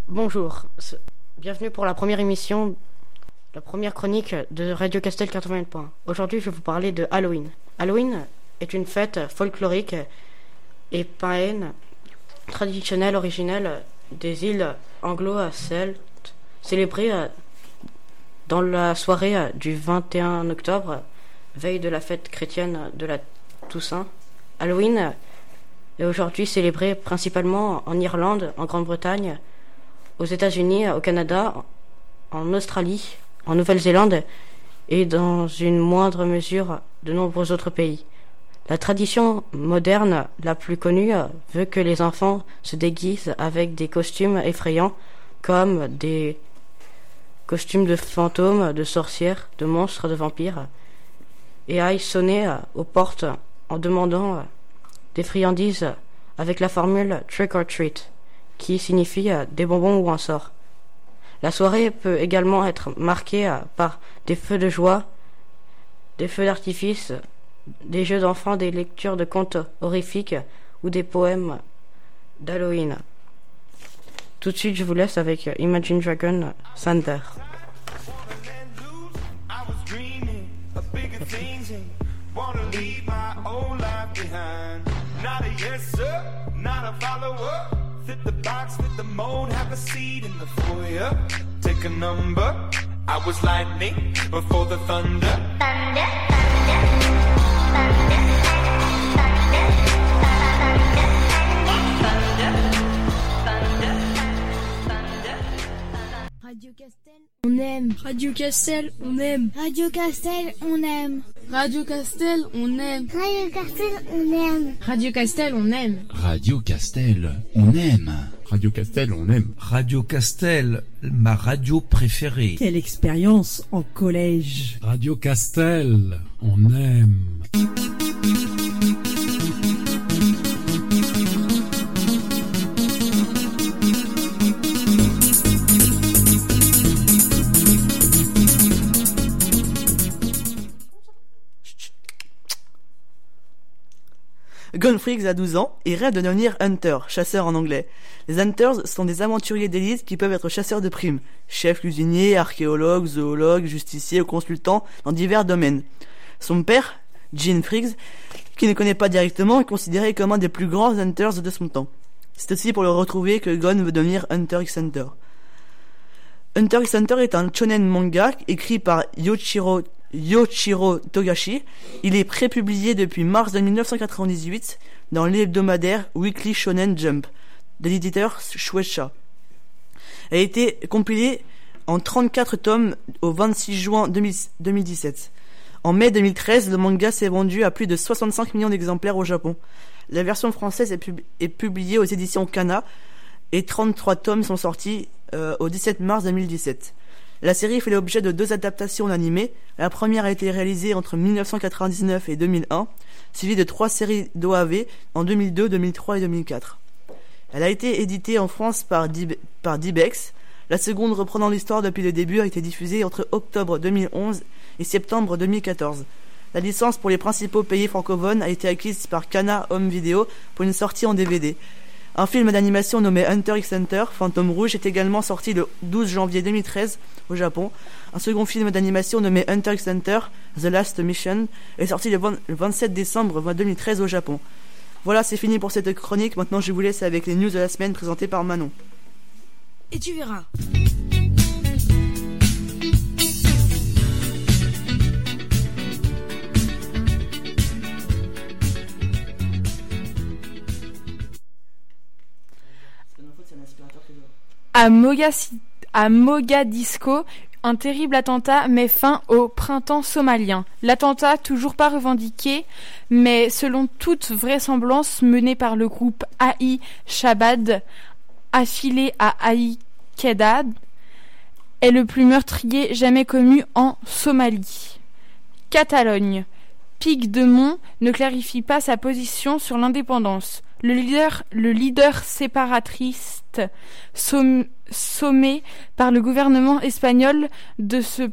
Bonjour, bienvenue pour la première émission, la première chronique de Radio Castel 80 points. Aujourd'hui, je vais vous parler de Halloween. Halloween est une fête folklorique et païenne traditionnelle originelle des îles anglo-celtes, célébrée dans la soirée du 21 octobre, veille de la fête chrétienne de la Toussaint. Halloween est aujourd'hui célébré principalement en Irlande, en Grande-Bretagne, aux États-Unis, au Canada, en Australie, en Nouvelle-Zélande et dans une moindre mesure de nombreux autres pays. La tradition moderne la plus connue veut que les enfants se déguisent avec des costumes effrayants comme des costumes de fantômes, de sorcières, de monstres, de vampires et aillent sonner aux portes en demandant des friandises avec la formule trick or treat, qui signifie des bonbons ou un sort. La soirée peut également être marquée par des feux de joie, des feux d'artifice, des jeux d'enfants, des lectures de contes horrifiques ou des poèmes d'Halloween. Tout de suite, je vous laisse avec Imagine Dragon Thunder. Fit the box, fit the mold, have a seat in the foyer. Take a number. I was lightning before the thunder. Thunder, thunder, thunder, thunder, thunder, thunder. Radio Castel, on aime. Radio Castel, on aime. Radio Castel, on aime. Radio Castel, on aime. Radio Castel, on aime. Radio Castel, on aime. Radio Castel, on aime. Radio Castel, on aime. Radio Castel, ma radio préférée. Quelle expérience en collège. Radio Castel, on aime. Gonfrix a 12 ans et rêve de devenir hunter, chasseur en anglais. Les hunters sont des aventuriers d'élite qui peuvent être chasseurs de primes, chefs cuisiniers, archéologues, zoologues, justiciers ou consultants dans divers domaines. Son père, Gene Friggs, qui ne connaît pas directement, est considéré comme un des plus grands hunters de son temps. C'est aussi pour le retrouver que Gon veut devenir Hunter x Hunter. Hunter x Hunter est un shonen manga écrit par Yoichiro Togashi. Il est prépublié depuis mars de 1998 dans l'hebdomadaire Weekly Shonen Jump de l'éditeur Shueisha. Elle a été compilée en 34 tomes au 26 juin 2017. En mai 2013, le manga s'est vendu à plus de 65 millions d'exemplaires au Japon. La version française est publiée aux éditions Kana et 33 tomes sont sortis au 17 mars 2017. La série fait l'objet de 2 adaptations en animé. La première a été réalisée entre 1999 et 2001, suivie de 3 séries d'OAV en 2002, 2003 et 2004. Elle a été éditée en France par Dybex. La seconde, reprenant l'histoire depuis le début, a été diffusée entre octobre 2011 et septembre 2014. La licence pour les principaux pays francophones a été acquise par Kana Home Video pour une sortie en DVD. Un film d'animation nommé Hunter x Hunter, Fantôme Rouge, est également sorti le 12 janvier 2013 au Japon. Un second film d'animation nommé Hunter x Hunter, The Last Mission, est sorti le 27 décembre 2013 au Japon. Voilà, c'est fini pour cette chronique. Maintenant, je vous laisse avec les news de la semaine présentées par Manon. Et tu verras. À Mogadiscio, un terrible attentat met fin au printemps somalien. L'attentat, toujours pas revendiqué, mais selon toute vraisemblance mené par le groupe Aïe-Shabab, affilié à Al-Qaïda, est le plus meurtrier jamais commis en Somalie. Catalogne. Puigdemont ne clarifie pas sa position sur l'indépendance. Le leader séparatiste sommé par le gouvernement espagnol de se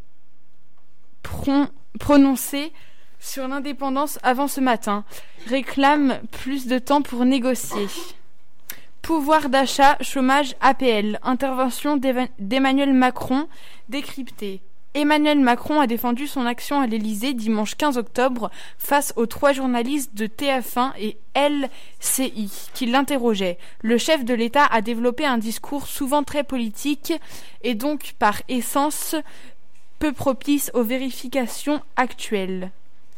prononcer sur l'indépendance avant ce matin réclame plus de temps pour négocier. Pouvoir d'achat, chômage, APL. Intervention d'Emmanuel Macron décryptée. Emmanuel Macron a défendu son action à l'Élysée dimanche 15 octobre face aux 3 journalistes de TF1 et LCI qui l'interrogeaient. Le chef de l'État a développé un discours souvent très politique et donc par essence peu propice aux vérifications actuelles.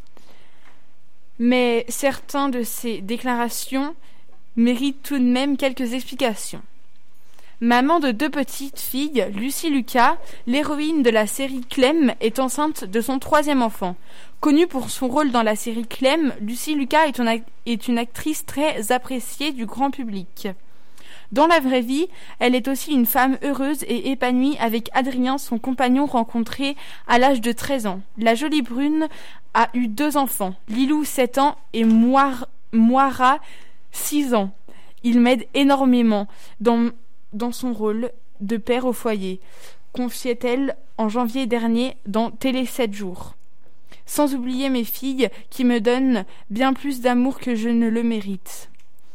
Mais certaines de ces déclarations méritent tout de même quelques explications. Maman de 2 petites filles, Lucie Lucas, l'héroïne de la série Clem, est enceinte de son 3e enfant. Connue pour son rôle dans la série Clem, Lucie Lucas est une actrice très appréciée du grand public. Dans la vraie vie, elle est aussi une femme heureuse et épanouie avec Adrien, son compagnon rencontré à l'âge de 13 ans. La jolie brune a eu 2 enfants, Lilou 7 ans et Moira 6 ans. Il m'aide énormément dans son rôle de père au foyer, confiait-elle en janvier dernier dans Télé 7 jours. Sans oublier mes filles qui me donnent bien plus d'amour que je ne le mérite.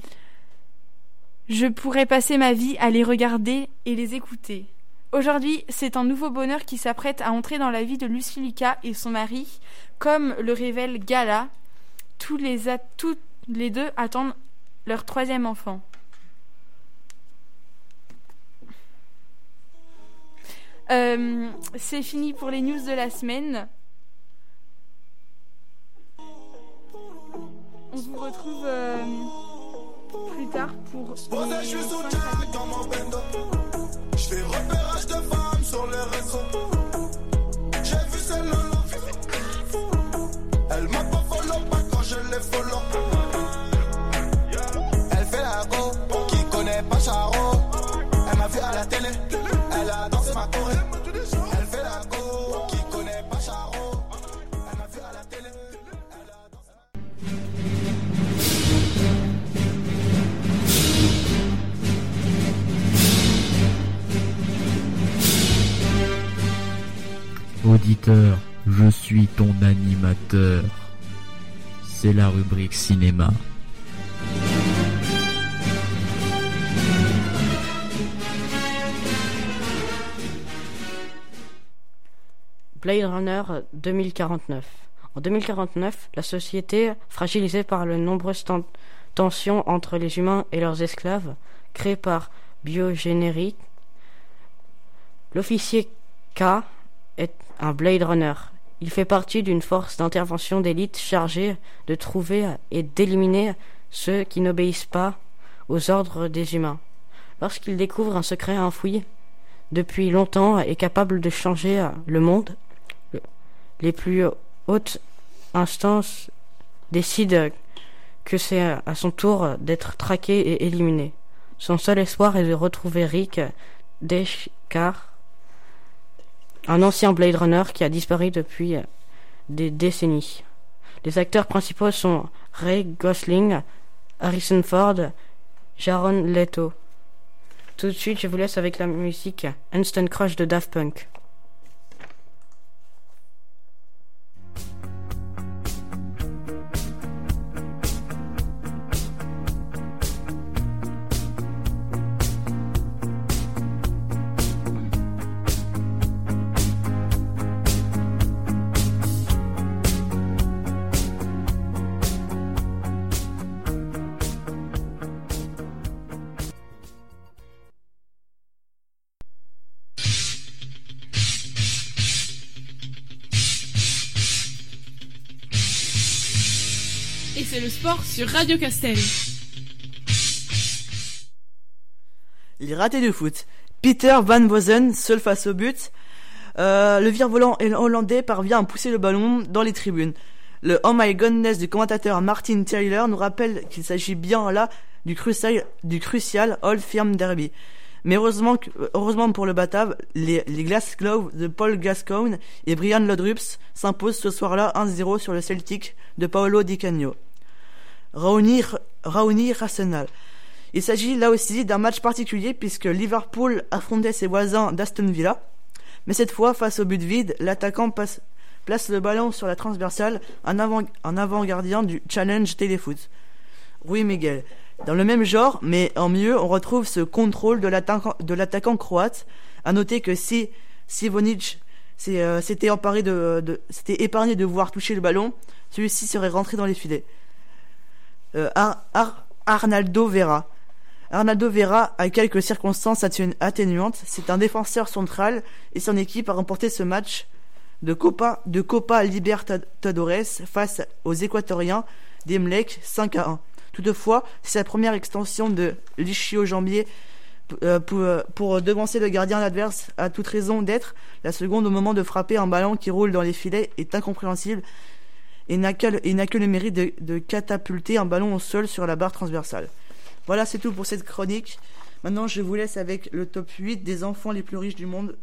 Je pourrais passer ma vie à les regarder et les écouter. Aujourd'hui, c'est un nouveau bonheur qui s'apprête à entrer dans la vie de Lucie Lucas et son mari. Comme le révèle Gala, tous les 2 attendent leur 3e enfant. C'est fini pour les news de la semaine. On vous retrouve plus tard pour Je fais repérage de femmes sur les réseaux. J'ai vu celle Lolo. Elle m'a pas follow pas quand je l'ai follow. Elle fait la go, qui connaît pas Charo. Elle m'a vu à la télé, elle a dansé ma choré. Elle fait la go, qui connaît pas Charo. Elle m'a vu à la télé, elle a dansé Auditeur, je suis ton animateur. C'est la rubrique cinéma. Blade Runner 2049. En 2049, la société, fragilisée par les nombreuses tensions entre les humains et leurs esclaves, créée par Biogénérique, l'officier K est un Blade Runner. Il fait partie d'une force d'intervention d'élite chargée de trouver et d'éliminer ceux qui n'obéissent pas aux ordres des humains. Lorsqu'il découvre un secret enfoui depuis longtemps et capable de changer le monde, les plus hautes instances décident que c'est à son tour d'être traqué et éliminé. Son seul espoir est de retrouver Rick Deckard, un ancien Blade Runner qui a disparu depuis des décennies. Les acteurs principaux sont Ryan Gosling, Harrison Ford, Jared Leto. Tout de suite, je vous laisse avec la musique Instant Crush de Daft Punk. Et c'est le sport sur Radio Castel. Les ratés du foot. Peter Van Bozen, seul face au but. Le virevolant hollandais parvient à pousser le ballon dans les tribunes. Le Oh My Godness du commentateur Martin Taylor nous rappelle qu'il s'agit bien là du crucial Old Firm Derby. Mais heureusement pour le Batave, les Glasgow de Paul Gascoigne et Brian Laudrup s'imposent ce soir-là 1-0 sur le Celtic de Paolo Di Canio. Raoni Arsenal. Il s'agit là aussi d'un match particulier puisque Liverpool affrontait ses voisins d'Aston Villa. Mais cette fois, face au but vide, l'attaquant place le ballon sur la transversale, un avant-gardien du Challenge Téléfoot. Rui Miguel. Dans le même genre, mais en mieux, on retrouve ce contrôle de l'attaquant croate. À noter que si Sivonic s'était épargné de voir toucher le ballon, celui-ci serait rentré dans les filets. Arnaldo Vera. Arnaldo Vera a quelques circonstances atténuantes. C'est un défenseur central et son équipe a remporté ce match de Copa Libertadores face aux Équatoriens d'Emelec 5-1. Toutefois, c'est sa première extension de l'ischio-jambier pour devancer le gardien adverse a toute raison d'être. La seconde au moment de frapper un ballon qui roule dans les filets est incompréhensible et n'a que le mérite de catapulter un ballon au sol sur la barre transversale. Voilà, c'est tout pour cette chronique. Maintenant, je vous laisse avec le top 8 des enfants les plus riches du monde.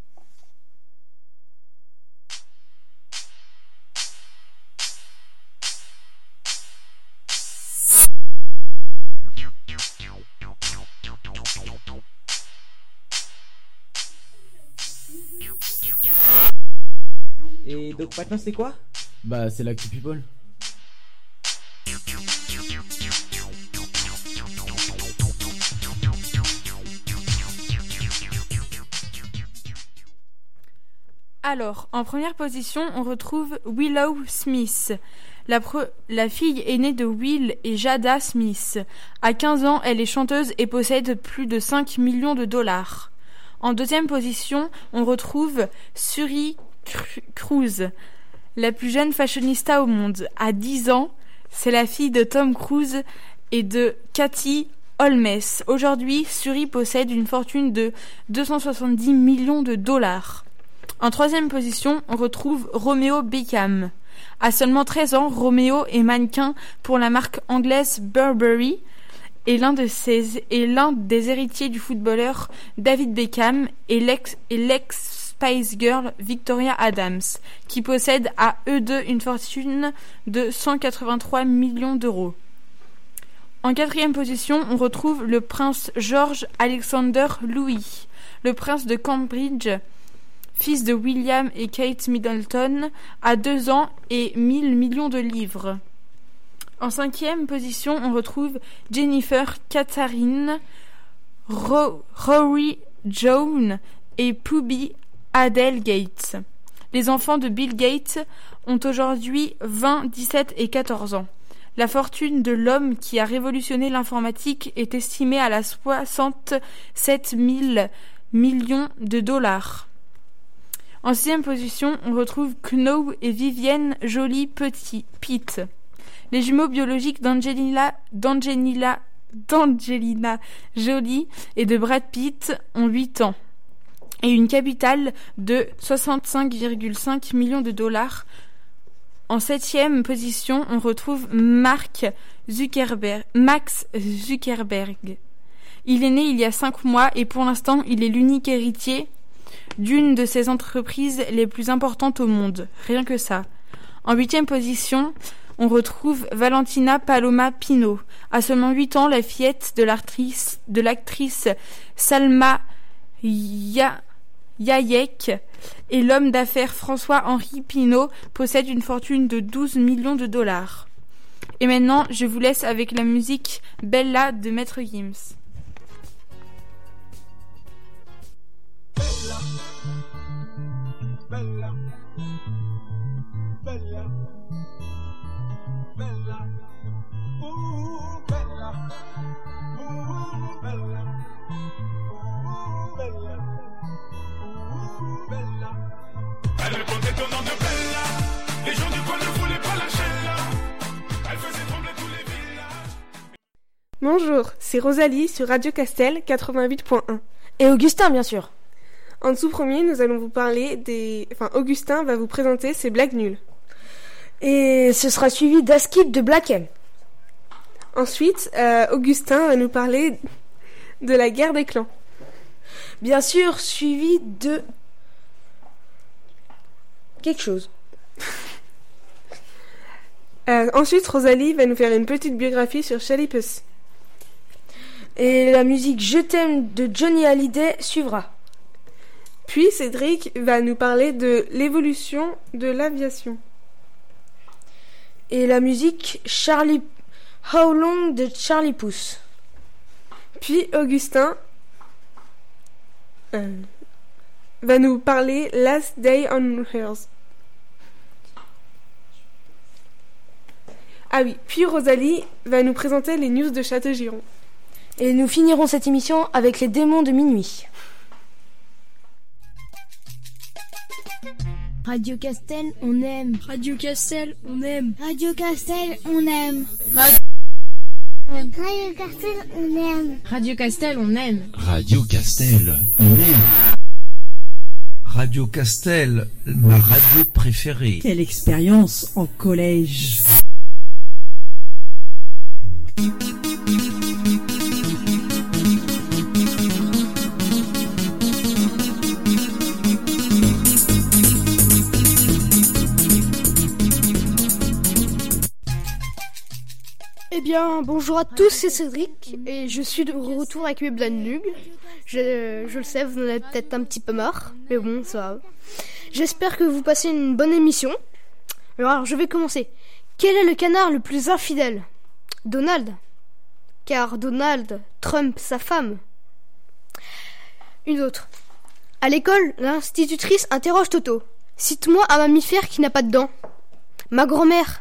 Et donc maintenant c'est quoi? Bah c'est l'actu people. Alors, en première position, on retrouve Willow Smith. La fille aînée de Will et Jada Smith. À 15 ans, elle est chanteuse et possède plus de 5 millions de dollars. En deuxième position, on retrouve Suri Cruise, la plus jeune fashionista au monde. À 10 ans, c'est la fille de Tom Cruise et de Katie Holmes. Aujourd'hui, Suri possède une fortune de 270 millions de dollars. En troisième position, on retrouve Romeo Beckham. À seulement 13 ans, Romeo est mannequin pour la marque anglaise Burberry et l'un des héritiers du footballeur David Beckham et l'ex Spice Girl Victoria Adams, qui possèdent à eux deux une fortune de 183 millions d'euros. En quatrième position, on retrouve le prince George Alexander Louis, le prince de Cambridge, fils de William et Kate Middleton, a 2 ans et 1000 millions de livres. En cinquième position, on retrouve Jennifer Catherine, Rory Jones et Pubi Adele Gates. Les enfants de Bill Gates ont aujourd'hui 20, 17 et 14 ans. La fortune de l'homme qui a révolutionné l'informatique est estimée à 67 000 millions de dollars. En sixième position, on retrouve Know et Vivienne Jolie-Pitt. Les jumeaux biologiques d'Angelina Jolie et de Brad Pitt ont 8 ans et une capitale de 65,5 millions de dollars. En septième position, on retrouve Max Zuckerberg. Il est né il y a 5 mois et pour l'instant, il est l'unique héritier d'une de ces entreprises les plus importantes au monde. Rien que ça. En huitième position, on retrouve Valentina Paloma Pino. À seulement 8 ans, la fillette de l'actrice Salma Hayek et l'homme d'affaires François-Henri Pinault possèdent une fortune de 12 millions de dollars. Et maintenant, je vous laisse avec la musique Bella de Maître Gims. Bella, bella, bella, bella, bella, bella, bella. Elle portait ton nom de Bella, les gens du coin ne voulaient pas lâcher là. Elle faisait trembler tous les villages. Bonjour, c'est Rosalie sur Radio Castel 88.1. Et Augustin, bien sûr. En dessous premier, nous allons vous parler Augustin va vous présenter ses blagues nulles. Et ce sera suivi d'Askip de Black M. Ensuite, Augustin va nous parler de la guerre des clans. Bien sûr, suivi de quelque chose. Ensuite, Rosalie va nous faire une petite biographie sur Charlie Puth. Et la musique Je t'aime de Johnny Hallyday suivra. Puis Cédric va nous parler de l'évolution de l'aviation. Et la musique Charlie How Long de Charlie Puth. Puis Augustin va nous parler Last Day on Earth. Ah oui, puis Rosalie va nous présenter les news de Châteaugiron. Et nous finirons cette émission avec les démons de minuit. Radio Castel, on aime. Radio Castel, on aime. Radio Castel, on aime. Radio Castel, on aime. Radio Castel, on aime. Radio Castel, on aime. Radio Castel, ma radio préférée. Quelle expérience en collège. Eh bien, bonjour à tous, c'est Cédric et je suis de retour avec mes Blind Lug. Je le sais, vous en avez peut-être un petit peu marre, mais bon, ça va. J'espère que vous passez une bonne émission. Alors, je vais commencer. Quel est le canard le plus infidèle ? Donald. Car Donald trompe sa femme. Une autre. À l'école, l'institutrice interroge Toto. Cite-moi un mammifère qui n'a pas de dents. Ma grand-mère.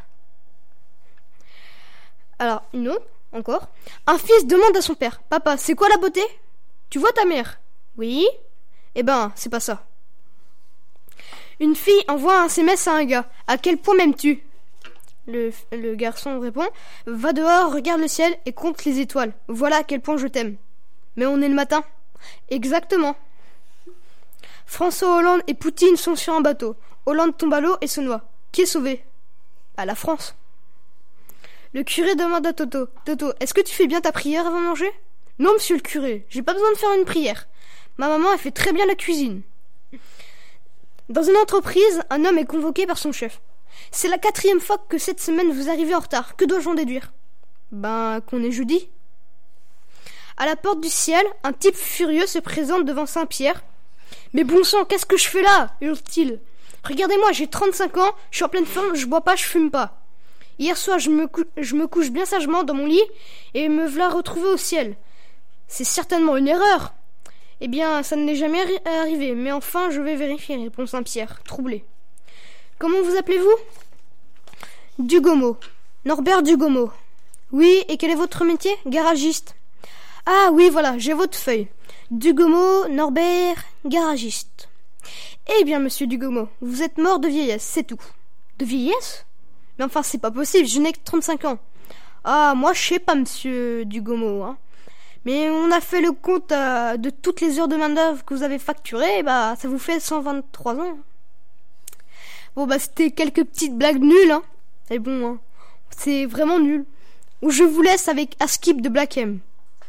Alors, une autre, encore. Un fils demande à son père. Papa, c'est quoi la beauté ? Tu vois ta mère ? Oui. Eh ben, c'est pas ça. Une fille envoie un SMS à un gars. À quel point m'aimes-tu ? Le garçon répond. Va dehors, regarde le ciel et compte les étoiles. Voilà à quel point je t'aime. Mais on est le matin. Exactement. François Hollande et Poutine sont sur un bateau. Hollande tombe à l'eau et se noie. Qui est sauvé ? À la France. Le curé demande à Toto. Toto, est-ce que tu fais bien ta prière avant de manger ? Non, monsieur le curé, j'ai pas besoin de faire une prière. Ma maman, elle fait très bien la cuisine. Dans une entreprise, un homme est convoqué par son chef. C'est la 4e fois que cette semaine vous arrivez en retard. Que dois-je en déduire ? Ben, qu'on est jeudi. À la porte du ciel, un type furieux se présente devant Saint-Pierre. Mais bon sang, qu'est-ce que je fais là ? hurle-t-il. Regardez-moi, j'ai 35 ans, je suis en pleine forme, je bois pas, je fume pas. Hier soir, je me couche bien sagement dans mon lit et me voilà retrouvé au ciel. C'est certainement une erreur. Eh bien, ça ne m'est jamais arrivé, mais enfin, je vais vérifier, répond Saint-Pierre, troublé. Comment vous appelez-vous ? Dugomo. Norbert Dugomo. Oui, et quel est votre métier ? Garagiste. Ah oui, voilà, j'ai votre feuille. Dugomo, Norbert, garagiste. Eh bien, monsieur Dugomo, vous êtes mort de vieillesse, c'est tout. De vieillesse ? Mais enfin, c'est pas possible, je n'ai que 35 ans. Ah, moi, je sais pas, monsieur Dugomo, hein. Mais on a fait le compte de toutes les heures de main-d'œuvre que vous avez facturées, bah, ça vous fait 123 ans. Bon, bah, c'était quelques petites blagues nulles, hein. Et bon, hein, c'est vraiment nul. Ou je vous laisse avec Askip de Black M.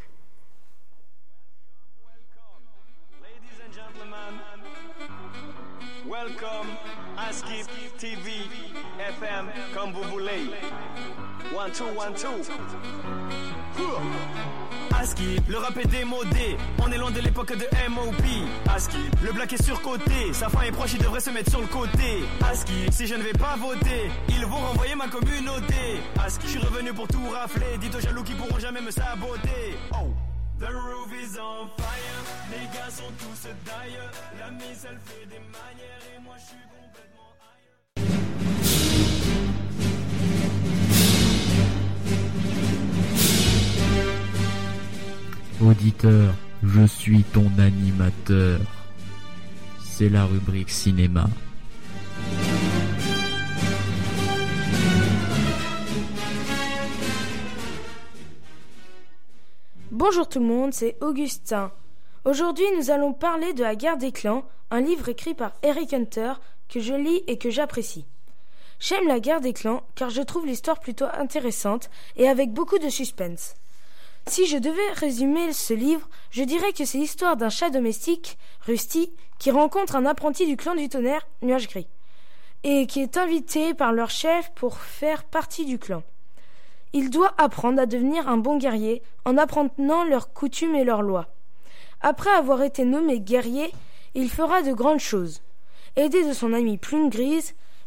Ladies and gentlemen, welcome Askip TV. FM comme vous voulez. 1, 2, 1, 2. Aski, le rap est démodé. On est loin de l'époque de M.O.P. Aski, le black est surcoté. Sa fin est proche, il devrait se mettre sur le côté. Aski, si je ne vais pas voter, ils vont renvoyer ma communauté. Aski, je suis revenu pour tout rafler. Dites aux jaloux qui pourront jamais me saboter. Oh, the roof is on fire. Les gars sont tous d'ailleurs. La mise, elle fait des manières. Et moi, je suis complètement Auditeur, je suis ton animateur. C'est la rubrique cinéma. Bonjour tout le monde, c'est Augustin. Aujourd'hui, nous allons parler de La Guerre des clans, un livre écrit par Eric Hunter que je lis et que j'apprécie. J'aime La Guerre des clans car je trouve l'histoire plutôt intéressante et avec beaucoup de suspense. Si je devais résumer ce livre, je dirais que c'est l'histoire d'un chat domestique, Rusty, qui rencontre un apprenti du clan du tonnerre, Nuage Gris, et qui est invité par leur chef pour faire partie du clan. Il doit apprendre à devenir un bon guerrier en apprenant leurs coutumes et leurs lois. Après avoir été nommé guerrier, il fera de grandes choses. Aidé de son ami Plume Grise,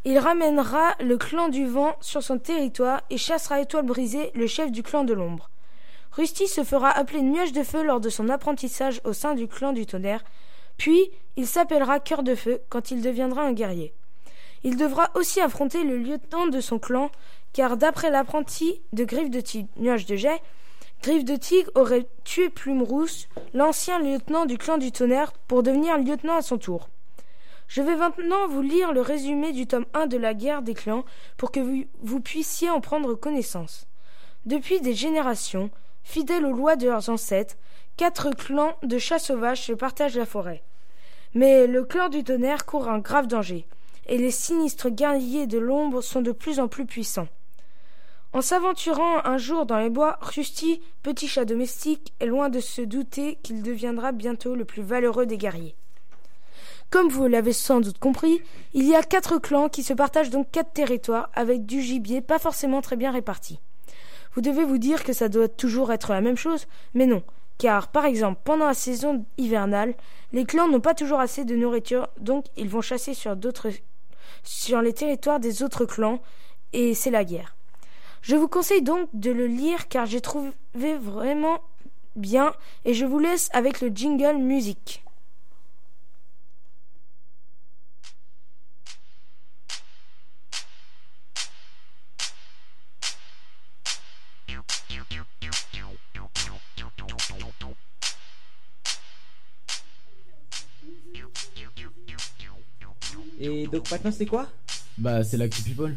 Il ramènera le clan du vent sur son territoire et chassera Étoile Brisée, le chef du clan de l'ombre. Rusty se fera appeler Nuage de Feu lors de son apprentissage au sein du clan du tonnerre, puis il s'appellera Cœur de Feu quand il deviendra un guerrier. Il devra aussi affronter le lieutenant de son clan, car d'après l'apprenti de Griffe de Tigre, Nuage de Jet, Griffe de Tigre aurait tué Plume Rousse, l'ancien lieutenant du clan du tonnerre, pour devenir lieutenant à son tour. Je vais maintenant vous lire le résumé du tome 1 de la guerre des clans pour que vous puissiez en prendre connaissance. Depuis des générations, fidèles aux lois de leurs ancêtres, 4 clans de chats sauvages se partagent la forêt. Mais le clan du tonnerre court un grave danger, et les sinistres guerriers de l'ombre sont de plus en plus puissants. En s'aventurant un jour dans les bois, Rusty, petit chat domestique, est loin de se douter qu'il deviendra bientôt le plus valeureux des guerriers. Comme vous l'avez sans doute compris, il y a 4 clans qui se partagent donc 4 territoires avec du gibier pas forcément très bien réparti. Vous devez vous dire que ça doit toujours être la même chose, mais non, car par exemple pendant la saison hivernale, les clans n'ont pas toujours assez de nourriture, donc ils vont chasser sur les territoires des autres clans, et c'est la guerre. Je vous conseille donc de le lire car j'ai trouvé vraiment bien, et je vous laisse avec le jingle musique. Et donc maintenant c'est quoi? Bah c'est l'actu people.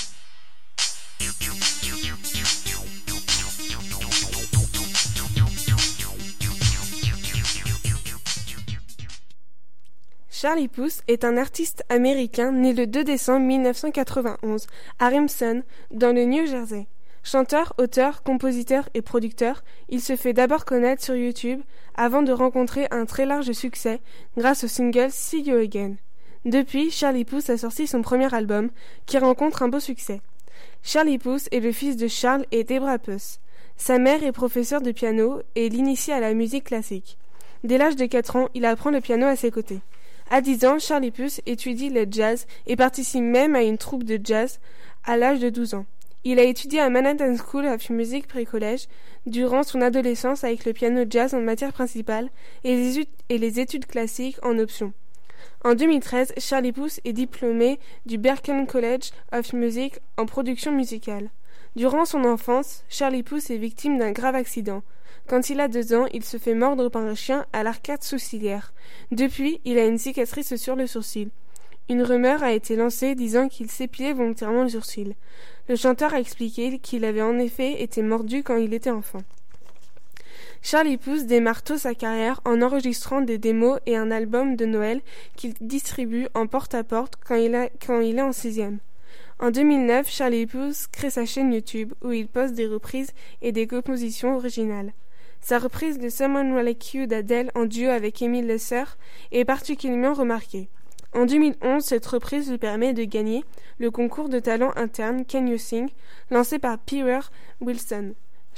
Charlie Puth est un artiste américain né le 2 décembre 1991 à Remsen, dans le New Jersey. Chanteur, auteur, compositeur et producteur, il se fait d'abord connaître sur YouTube avant de rencontrer un très large succès grâce au single See You Again. Depuis, Charlie Puth a sorti son premier album qui rencontre un beau succès. Charlie Puth est le fils de Charles et Debra Puth. Sa mère est professeure de piano et l'initie à la musique classique. Dès l'âge de 4 ans, il apprend le piano à ses côtés. À 10 ans, Charlie Puth étudie le jazz et participe même à une troupe de jazz à l'âge de 12 ans. Il a étudié à Manhattan School of Music pré-collège durant son adolescence avec le piano jazz en matière principale et les études classiques en option. En 2013, Charlie Puth est diplômé du Berklee College of Music en production musicale. Durant son enfance, Charlie Puth est victime d'un grave accident. Quand il a 2 ans, il se fait mordre par un chien à l'arcade sourcilière. Depuis, il a une cicatrice sur le sourcil. Une rumeur a été lancée disant qu'il s'épilait volontairement le sourcil. Le chanteur a expliqué qu'il avait en effet été mordu quand il était enfant. Charlie Puth démarre tôt sa carrière en enregistrant des démos et un album de Noël qu'il distribue en porte-à-porte quand il est en 6e. En 2009, Charlie Puth crée sa chaîne YouTube où il poste des reprises et des compositions originales. Sa reprise de Someone Like You d'Adele en duo avec Emile Lesser est particulièrement remarquée. En 2011, cette reprise lui permet de gagner le concours de talent interne Can You Sing, lancé par Peter Wilson.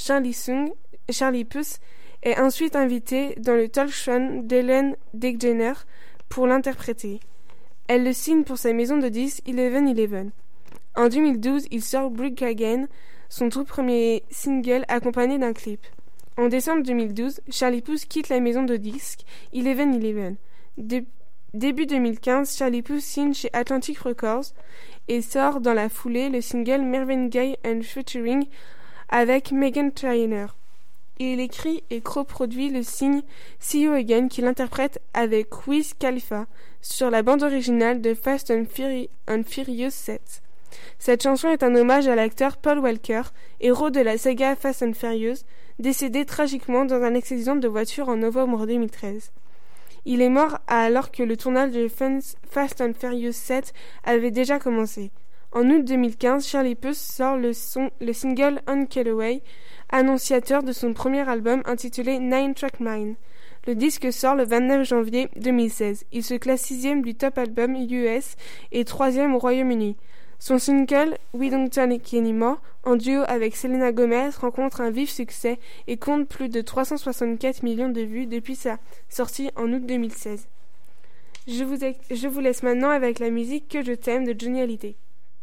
Charlie Puth est ensuite invité dans le talk show d'Ellen DeGeneres pour l'interpréter. Elle le signe pour sa maison de disques 1111. En 2012, il sort Break Again, son tout premier single accompagné d'un clip. En décembre 2012, Charlie Puth quitte la maison de disques 1111. Début 2015, Charlie Puth signe chez Atlantic Records et sort dans la foulée le single Marvin Gaye and featuring avec Meghan Trainor. Il écrit et coproduit le signe See You Again qu'il interprète avec Wiz Khalifa sur la bande originale de Fast and Furious 7. Cette chanson est un hommage à l'acteur Paul Walker, héros de la saga Fast and Furious, décédé tragiquement dans un accident de voiture en novembre 2013. Il est mort alors que le tournage de Fast and Furious 7 avait déjà commencé. En août 2015, Charlie Puth sort le single Uncut Away, annonciateur de son premier album intitulé Nine Track Mind. Le disque sort le 29 janvier 2016. Il se classe 6e du Top Album US et 3e au Royaume-Uni. Son single We Don't Talk Anymore, en duo avec Selena Gomez, rencontre un vif succès et compte plus de 364 millions de vues depuis sa sortie en août 2016. Je vous laisse maintenant avec la musique Que je t'aime de Johnny Hallyday.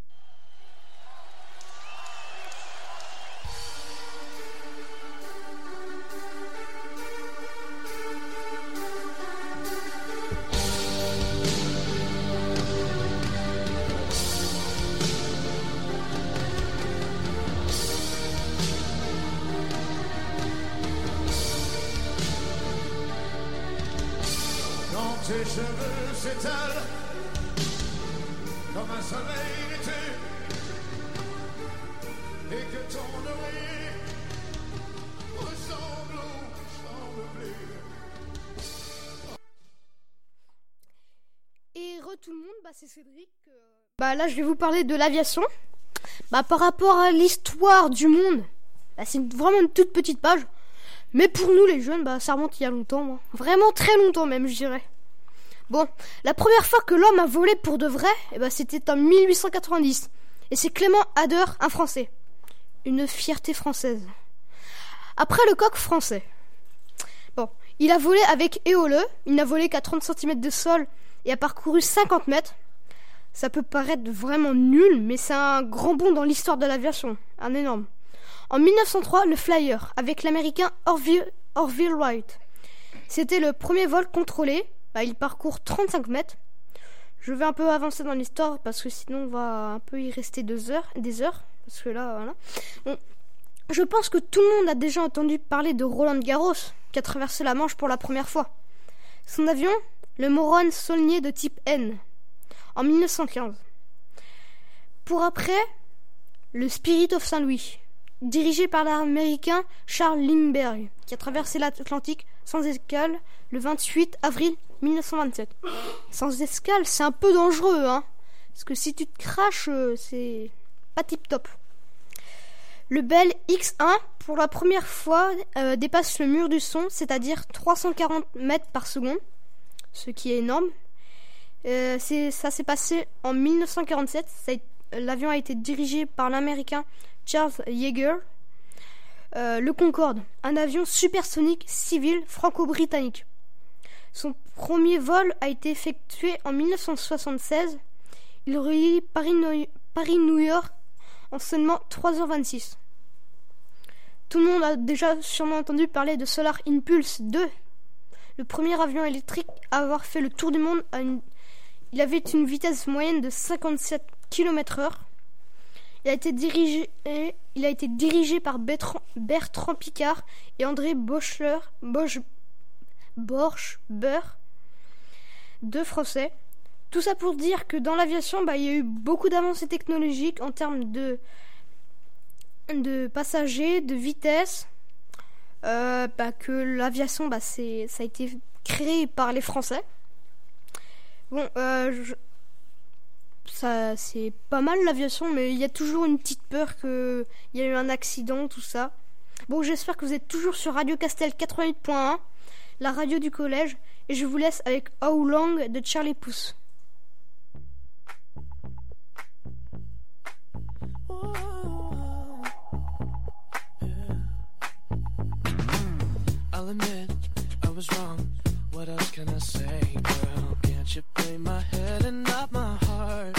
Tes cheveux s'étalent comme un soleil d'été et que ton oreiller ressemble aux chambres bleues. Et tout le monde, c'est Cédric. Là, je vais vous parler de l'aviation. Par rapport à l'histoire du monde, c'est vraiment une toute petite page. Mais pour nous, les jeunes, ça remonte il y a longtemps. Vraiment très longtemps même, je dirais. Bon, la première fois que l'homme a volé pour de vrai, c'était en 1890. Et c'est Clément Ader, un Français. Une fierté française. Après le coq français. Bon, il a volé avec Éole. Il n'a volé qu'à 30 cm de sol et a parcouru 50 mètres. Ça peut paraître vraiment nul, mais c'est un grand bond dans l'histoire de l'aviation. Un énorme. En 1903, le Flyer, avec l'américain Orville Wright. C'était le premier vol contrôlé. Il parcourt 35 mètres. Je vais un peu avancer dans l'histoire parce que sinon on va un peu y rester des heures. Parce que là, voilà. Bon, je pense que tout le monde a déjà entendu parler de Roland Garros, qui a traversé la Manche pour la première fois. Son avion, le Morone Saulnier de type N, en 1915. Pour après, le Spirit of Saint-Louis, dirigé par l'américain Charles Lindbergh, qui a traversé l'Atlantique sans escale le 28 avril 1927. Sans escale, c'est un peu dangereux, parce que si tu te craches, c'est pas tip top. Le Bell X-1, pour la première fois, dépasse le mur du son, c'est-à-dire 340 mètres par seconde, ce qui est énorme. Ça s'est passé en 1947. L'avion a été dirigé par l'américain Charles Yeager. Le Concorde, un avion supersonique civil franco-britannique. Son premier vol a été effectué en 1976. Il relie Paris-New York en seulement 3h26. Tout le monde a déjà sûrement entendu parler de Solar Impulse 2, le premier avion électrique à avoir fait le tour du monde. Il avait une vitesse moyenne de 57 km/h. Il a été dirigé par Bertrand Piccard et André Borchber, deux Français. Tout ça pour dire que dans l'aviation, il y a eu beaucoup d'avancées technologiques en termes de passagers, de vitesse. Que l'aviation, ça a été créé par les Français. Bon, ça c'est pas mal l'aviation, mais il y a toujours une petite peur qu'il y ait eu un accident, tout ça. Bon, j'espère que vous êtes toujours sur Radio Castel 88.1, la radio du collège, et je vous laisse avec How Long de Charlie Puth. I'll admit I was wrong. What else can I say, girl? Can't you play my head and not my heart?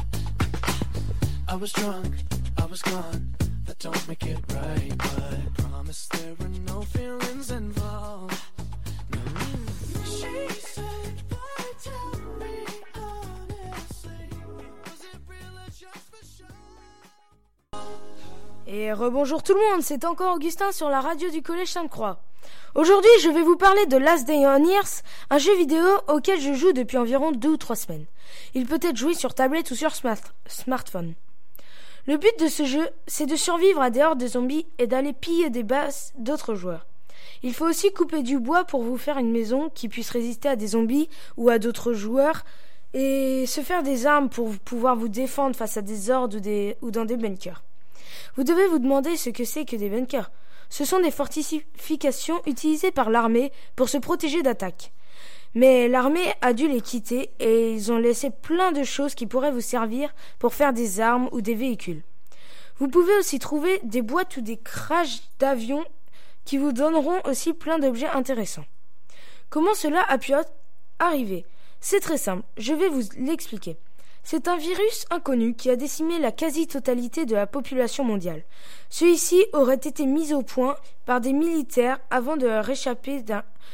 I was drunk, I was gone. That don't make it right, but I promise there were no feelings involved. No. She said, boy, tell me honestly, was it real or just for show? Et rebonjour tout le monde, c'est encore Augustin sur la radio du collège Sainte-Croix. Aujourd'hui, je vais vous parler de Last Day on Earth, un jeu vidéo auquel je joue depuis environ 2 ou 3 semaines. Il peut être joué sur tablette ou sur smartphone. Le but de ce jeu, c'est de survivre à des hordes de zombies et d'aller piller des bases d'autres joueurs. Il faut aussi couper du bois pour vous faire une maison qui puisse résister à des zombies ou à d'autres joueurs et se faire des armes pour pouvoir vous défendre face à des hordes ou dans des bunkers. Vous devez vous demander ce que c'est que des bunkers. Ce sont des fortifications utilisées par l'armée pour se protéger d'attaques. Mais l'armée a dû les quitter et ils ont laissé plein de choses qui pourraient vous servir pour faire des armes ou des véhicules. Vous pouvez aussi trouver des boîtes ou des crashs d'avions qui vous donneront aussi plein d'objets intéressants. Comment cela a pu arriver ? C'est très simple, je vais vous l'expliquer. C'est un virus inconnu qui a décimé la quasi-totalité de la population mondiale. Celui-ci aurait été mis au point par des militaires avant de leur échapper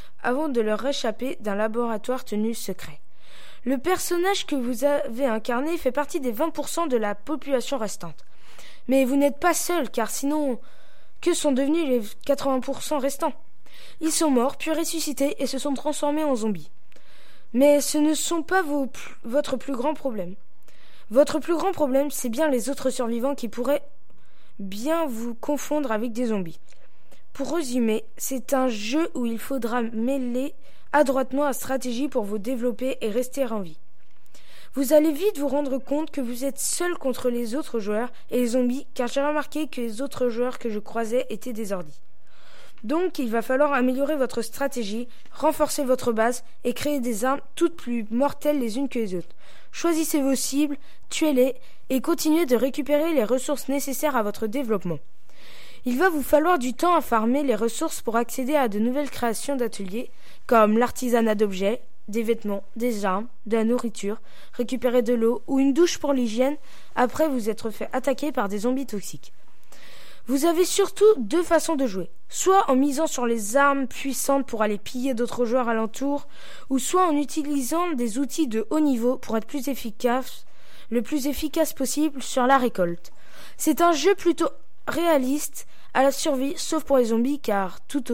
d'un laboratoire tenu secret. Le personnage que vous avez incarné fait partie des 20% de la population restante. Mais vous n'êtes pas seul, car sinon, que sont devenus les 80% restants? Ils sont morts, puis ressuscités et se sont transformés en zombies. Mais ce ne sont pas votre plus grand problème. Votre plus grand problème, c'est bien les autres survivants qui pourraient bien vous confondre avec des zombies. Pour résumer, c'est un jeu où il faudra mêler adroitement la stratégie pour vous développer et rester en vie. Vous allez vite vous rendre compte que vous êtes seul contre les autres joueurs et les zombies, car j'ai remarqué que les autres joueurs que je croisais étaient des ordis. Donc il va falloir améliorer votre stratégie, renforcer votre base et créer des armes toutes plus mortelles les unes que les autres. Choisissez vos cibles, tuez-les et continuez de récupérer les ressources nécessaires à votre développement. Il va vous falloir du temps à farmer les ressources pour accéder à de nouvelles créations d'ateliers comme l'artisanat d'objets, des vêtements, des armes, de la nourriture, récupérer de l'eau ou une douche pour l'hygiène après vous être fait attaquer par des zombies toxiques. Vous avez surtout deux façons de jouer, soit en misant sur les armes puissantes pour aller piller d'autres joueurs alentour, ou soit en utilisant des outils de haut niveau pour être le plus efficace possible sur la récolte. C'est un jeu plutôt réaliste à la survie, sauf pour les zombies, car tout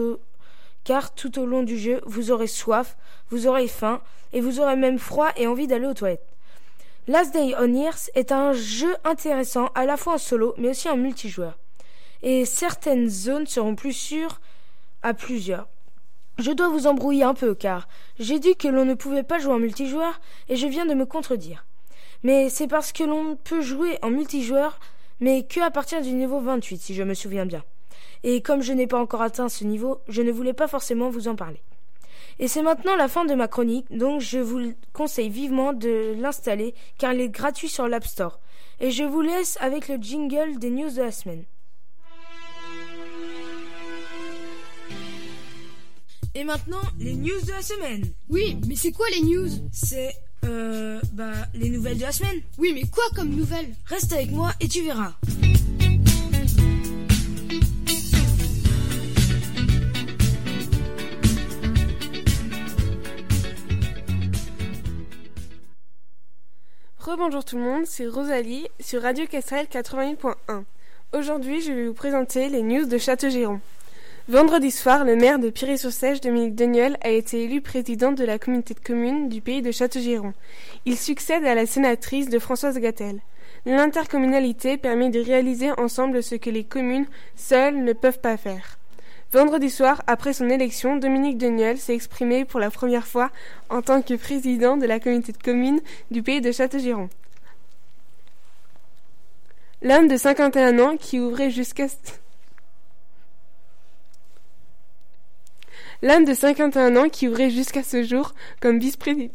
au long du jeu, vous aurez soif, vous aurez faim, et vous aurez même froid et envie d'aller aux toilettes. Last Day on Earth est un jeu intéressant à la fois en solo, mais aussi en multijoueur. Et certaines zones seront plus sûres à plusieurs. Je dois vous embrouiller un peu, car j'ai dit que l'on ne pouvait pas jouer en multijoueur, et je viens de me contredire. Mais c'est parce que l'on peut jouer en multijoueur, mais que à partir du niveau 28, si je me souviens bien. Et comme je n'ai pas encore atteint ce niveau, je ne voulais pas forcément vous en parler. Et c'est maintenant la fin de ma chronique, donc je vous conseille vivement de l'installer, car il est gratuit sur l'App Store. Et je vous laisse avec le jingle des news de la semaine. Et maintenant, les news de la semaine. Oui, mais c'est quoi les news? C'est, les nouvelles de la semaine. Oui, mais quoi comme nouvelles? Reste avec moi et tu verras. Rebonjour tout le monde, c'est Rosalie sur Radio Castel 88.1. Aujourd'hui, je vais vous présenter les news de Châteaugiron. Vendredi soir, le maire de Piré-sur-Seiche, Dominique Degneul, a été élu président de la communauté de communes du pays de Châteaugiron. Il succède à la sénatrice de Françoise Gatel. L'intercommunalité permet de réaliser ensemble ce que les communes seules ne peuvent pas faire. Vendredi soir, après son élection, Dominique Degneul s'est exprimé pour la première fois en tant que président de la communauté de communes du pays de Châteaugiron. L'homme de 51 ans qui ouvrait jusqu'à ce jour comme vice-président.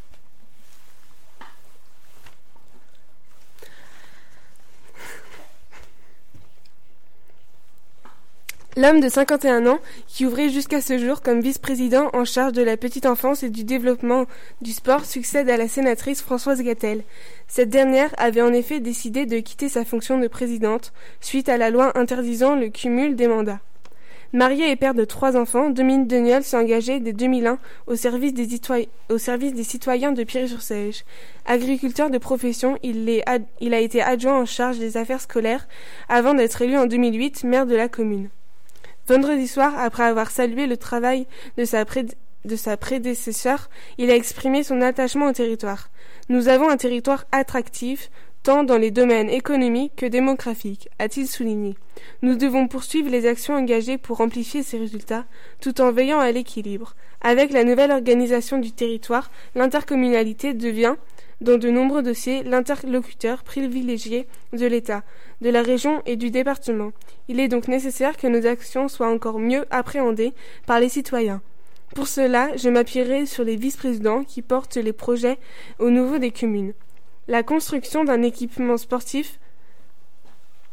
L'homme de 51 ans, qui ouvrait jusqu'à ce jour comme vice-président en charge de la petite enfance et du développement du sport, succède à la sénatrice Françoise Gatel. Cette dernière avait en effet décidé de quitter sa fonction de présidente suite à la loi interdisant le cumul des mandats. Marié et père de 3 enfants, Dominique Degneul s'est engagé dès 2001 au service des citoyens de Piré-sur-Seiche. Agriculteur de profession, il a été adjoint en charge des affaires scolaires avant d'être élu en 2008 maire de la commune. Vendredi soir, après avoir salué le travail de sa prédécesseur, il a exprimé son attachement au territoire. Nous avons un territoire attractif, tant dans les domaines économiques que démographiques, a-t-il souligné. Nous devons poursuivre les actions engagées pour amplifier ces résultats, tout en veillant à l'équilibre. Avec la nouvelle organisation du territoire, l'intercommunalité devient, dans de nombreux dossiers, l'interlocuteur privilégié de l'État, de la région et du département. Il est donc nécessaire que nos actions soient encore mieux appréhendées par les citoyens. Pour cela, je m'appuierai sur les vice-présidents qui portent les projets au niveau des communes. La construction d'un équipement sportif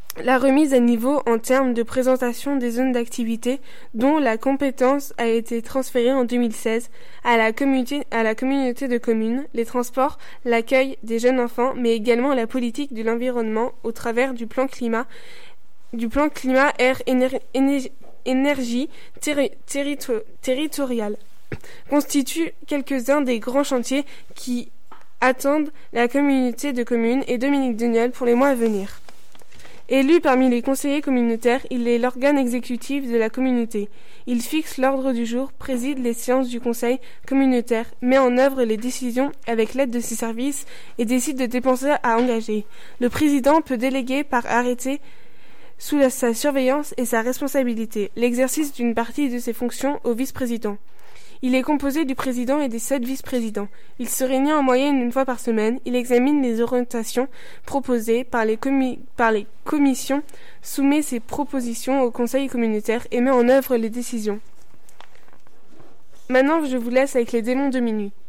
la remise à niveau en termes de présentation des zones d'activité dont la compétence a été transférée en 2016 à la communauté de communes, les transports, l'accueil des jeunes enfants, mais également la politique de l'environnement au travers du plan climat air énergie territoriale constituent quelques-uns des grands chantiers qui attendent la communauté de communes et Dominique Deniol pour les mois à venir. Élu parmi les conseillers communautaires, il est l'organe exécutif de la communauté. Il fixe l'ordre du jour, préside les séances du conseil communautaire, met en œuvre les décisions avec l'aide de ses services et décide de dépenses à engager. Le président peut déléguer par arrêté sous sa surveillance et sa responsabilité l'exercice d'une partie de ses fonctions au vice-président. Il est composé du président et des 7 vice-présidents. Il se réunit en moyenne une fois par semaine. Il examine les orientations proposées par les commissions, soumet ses propositions au conseil communautaire et met en œuvre les décisions. Maintenant, je vous laisse avec les démons de minuit.